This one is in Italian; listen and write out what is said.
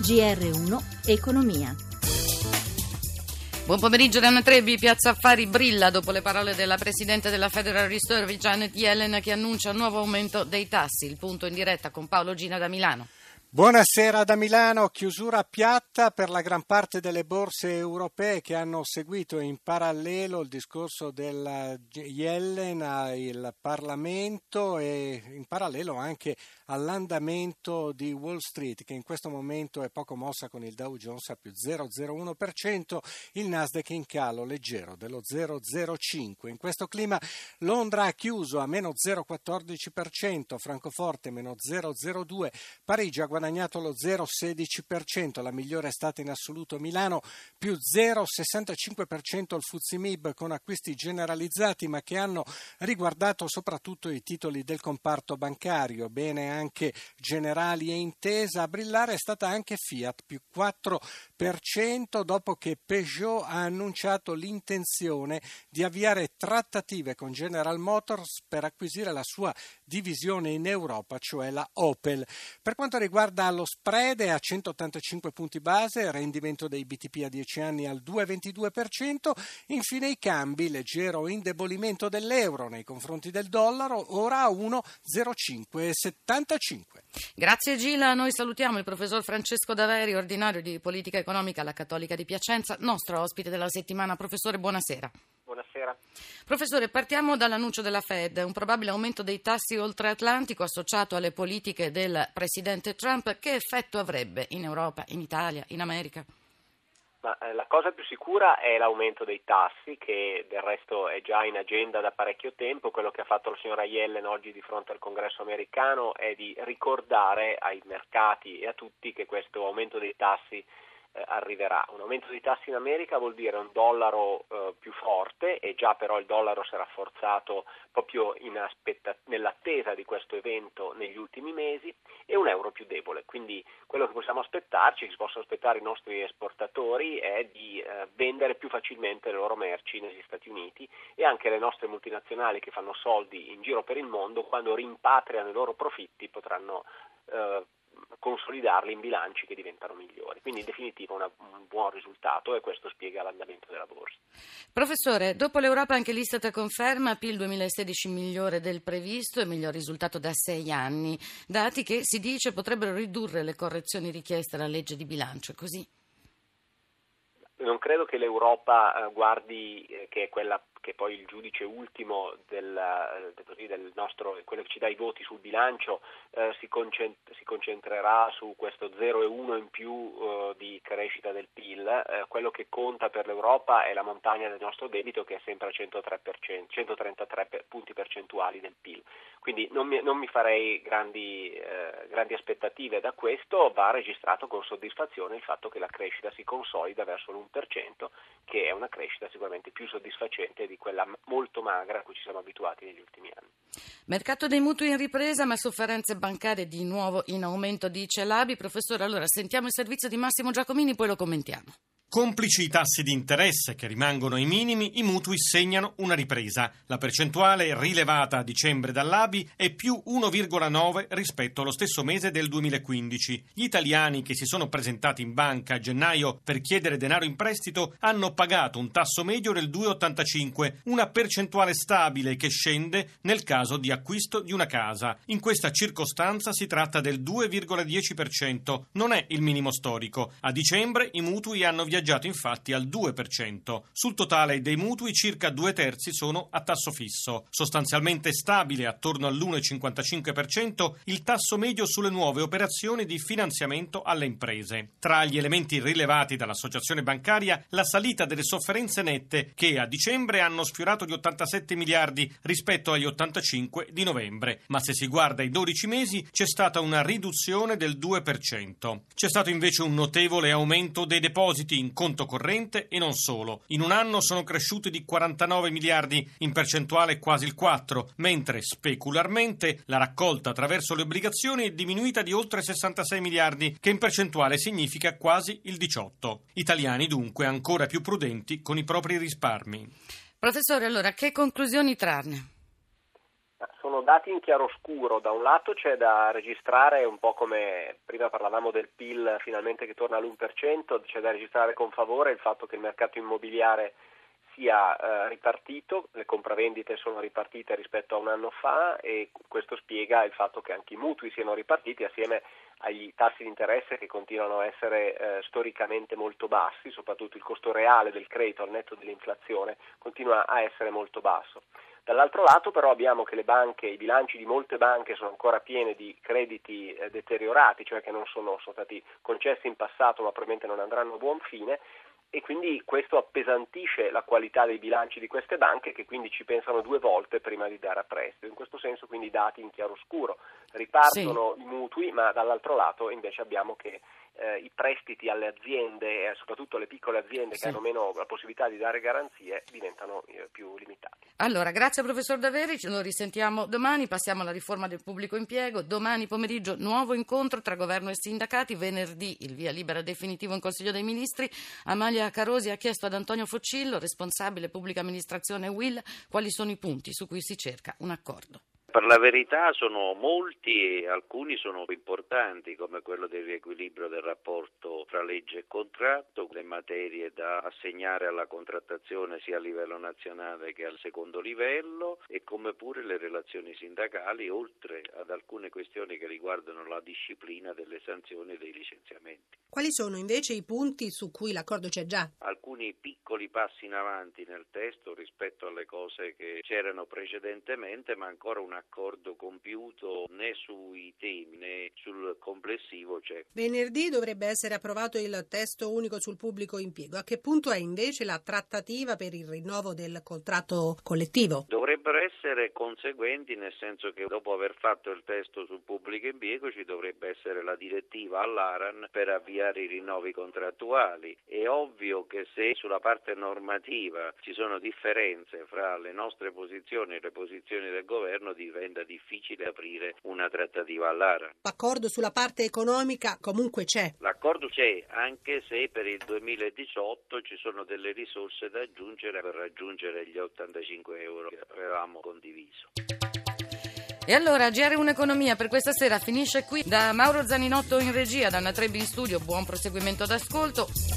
GR1 Economia. Buon pomeriggio da Anna Trebbi. Piazza Affari brilla dopo le parole della Presidente della Federal Reserve Janet Yellen, che annuncia un nuovo aumento dei tassi. Il punto in diretta con Paolo Gina da Milano. Buonasera da Milano. Chiusura piatta per la gran parte delle borse europee che hanno seguito in parallelo il discorso della Yellen al Parlamento e in parallelo anche all'andamento di Wall Street, che in questo momento è poco mossa con il Dow Jones a più 0,01%, il Nasdaq in calo leggero dello 0,05%. In questo clima Londra ha chiuso a meno 0,14%, Francoforte meno 0,02%, Parigi ha guadagnato lo 0,16%, la migliore è stata in assoluto Milano, più 0,65% il FTSE MIB con acquisti generalizzati ma che hanno riguardato soprattutto i titoli del comparto bancario. Bene anche Generali e Intesa. A brillare è stata anche Fiat, più 4%, dopo che Peugeot ha annunciato l'intenzione di avviare trattative con General Motors per acquisire la sua divisione in Europa, cioè la Opel. Per quanto riguarda lo spread, è a 185 punti base, rendimento dei BTP a 10 anni al 2,22%, infine i cambi, leggero indebolimento dell'euro nei confronti del dollaro, ora a 1,0575. Grazie Gila, noi salutiamo il professor Francesco Daveri, ordinario di politica economica alla Cattolica di Piacenza, nostro ospite della settimana. Professore, buonasera. Buonasera. Professore, partiamo dall'annuncio della Fed, un probabile aumento dei tassi oltreatlantico associato alle politiche del presidente Trump. Che effetto avrebbe in Europa, in Italia, in America? La cosa più sicura è l'aumento dei tassi, che del resto è già in agenda da parecchio tempo. Quello che ha fatto la signora Yellen oggi di fronte al Congresso americano è di ricordare ai mercati e a tutti che questo aumento dei tassi arriverà. Un aumento dei tassi in America vuol dire un dollaro più forte, e già però il dollaro si è rafforzato proprio nell'attesa di questo evento negli ultimi mesi, e un euro più debole. Quindi quello che possiamo aspettarci, che si possono aspettare i nostri esportatori, è di vendere più facilmente le loro merci negli Stati Uniti, e anche le nostre multinazionali che fanno soldi in giro per il mondo, quando rimpatriano i loro profitti, potranno consolidarli in bilanci che diventano migliori. Quindi in definitiva un buon risultato, e questo spiega l'andamento della borsa. Professore, dopo l'Europa anche l'Istat conferma PIL 2016 migliore del previsto e miglior risultato da 6 anni, dati che si dice potrebbero ridurre le correzioni richieste alla legge di bilancio, è così? Non credo che l'Europa guardi, che è quella che poi il giudice ultimo del nostro, quello che ci dà i voti sul bilancio, si concentrerà su questo 0,1 in più di crescita del PIL. Quello che conta per l'Europa è la montagna del nostro debito, che è sempre al 103%, 133 punti percentuali del PIL. Quindi non mi farei grandi aspettative da questo. Va registrato con soddisfazione il fatto che la crescita si consolida verso l'1%, che è una crescita sicuramente più soddisfacente di quella molto magra a cui ci siamo abituati negli ultimi anni. Mercato dei mutui in ripresa, ma sofferenze bancarie di nuovo in aumento, dice l'ABI. Professore, allora sentiamo il servizio di Massimo Giacomini, poi lo commentiamo. Complici i tassi di interesse che rimangono ai minimi, i mutui segnano una ripresa. La percentuale rilevata a dicembre dall'ABI è più 1,9 rispetto allo stesso mese del 2015. Gli italiani che si sono presentati in banca a gennaio per chiedere denaro in prestito hanno pagato un tasso medio del 2,85, una percentuale stabile che scende nel caso di acquisto di una casa. In questa circostanza si tratta del 2,10%, non è il minimo storico. A dicembre i mutui hanno viaggiato infatti al 2%. Sul totale dei mutui circa 2/3 sono a tasso fisso. Sostanzialmente stabile attorno all'1,55% il tasso medio sulle nuove operazioni di finanziamento alle imprese. Tra gli elementi rilevati dall'associazione bancaria, la salita delle sofferenze nette, che a dicembre hanno sfiorato gli 87 miliardi rispetto agli 85 di novembre. Ma se si guarda i 12 mesi c'è stata una riduzione del 2%. C'è stato invece un notevole aumento dei depositi in conto corrente e non solo. In un anno sono cresciuti di 49 miliardi, in percentuale quasi il 4%, mentre specularmente la raccolta attraverso le obbligazioni è diminuita di oltre 66 miliardi, che in percentuale significa quasi il 18%. Italiani dunque ancora più prudenti con i propri risparmi. Professore, allora che conclusioni trarne? Sono dati in chiaroscuro. Da un lato c'è da registrare, un po' come prima parlavamo del PIL finalmente che torna all'1%, c'è da registrare con favore il fatto che il mercato immobiliare sia ripartito, le compravendite sono ripartite rispetto a un anno fa e questo spiega il fatto che anche i mutui siano ripartiti assieme agli tassi di interesse che continuano a essere storicamente molto bassi, soprattutto il costo reale del credito al netto dell'inflazione continua a essere molto basso. Dall'altro lato però abbiamo che le banche, i bilanci di molte banche sono ancora pieni di crediti deteriorati, cioè che non sono stati concessi in passato ma probabilmente non andranno a buon fine, e quindi questo appesantisce la qualità dei bilanci di queste banche che quindi ci pensano 2 volte prima di dare a prestito. In questo senso quindi i dati in chiaroscuro, ripartono i mutui, ma dall'altro lato invece abbiamo che i prestiti alle aziende, soprattutto alle piccole aziende che hanno meno la possibilità di dare garanzie, diventano più limitati. Allora, grazie professor Daveri, ce lo risentiamo domani, passiamo alla riforma del pubblico impiego. Domani pomeriggio nuovo incontro tra governo e sindacati, venerdì il via libera definitivo in Consiglio dei Ministri. Amalia Carosi ha chiesto ad Antonio Focillo, responsabile pubblica amministrazione UIL, quali sono i punti su cui si cerca un accordo. Per la verità sono molti e alcuni sono importanti, come quello del riequilibrio del rapporto fra legge e contratto, le materie da assegnare alla contrattazione sia a livello nazionale che al secondo livello, e come pure le relazioni sindacali, oltre ad alcune questioni che riguardano la disciplina delle sanzioni e dei licenziamenti. Quali sono invece i punti su cui l'accordo c'è già? Alcuni piccoli passi in avanti nel testo rispetto alle cose che c'erano precedentemente, ma ancora un accordo compiuto né sui temi né sul complessivo c'è. Venerdì dovrebbe essere approvato il testo unico sul pubblico impiego. A che punto è invece la trattativa per il rinnovo del contratto collettivo? Dovrebbero essere conseguenti, nel senso che dopo aver fatto il testo sul pubblico impiego ci dovrebbe essere la direttiva all'ARAN per avviare i rinnovi contrattuali. È ovvio che se sulla parte normativa ci sono differenze fra le nostre posizioni e le posizioni del governo, diventa difficile aprire una trattativa all'ARAN. L'accordo sulla parte economica comunque c'è. L'accordo c'è, anche se per il 2018 ci sono delle risorse da aggiungere per raggiungere gli 85 euro che avevamo condiviso. E allora GR1 Economia per questa sera finisce qui. Da Mauro Zaninotto in regia, da Anna Trebbi in studio, buon proseguimento d'ascolto.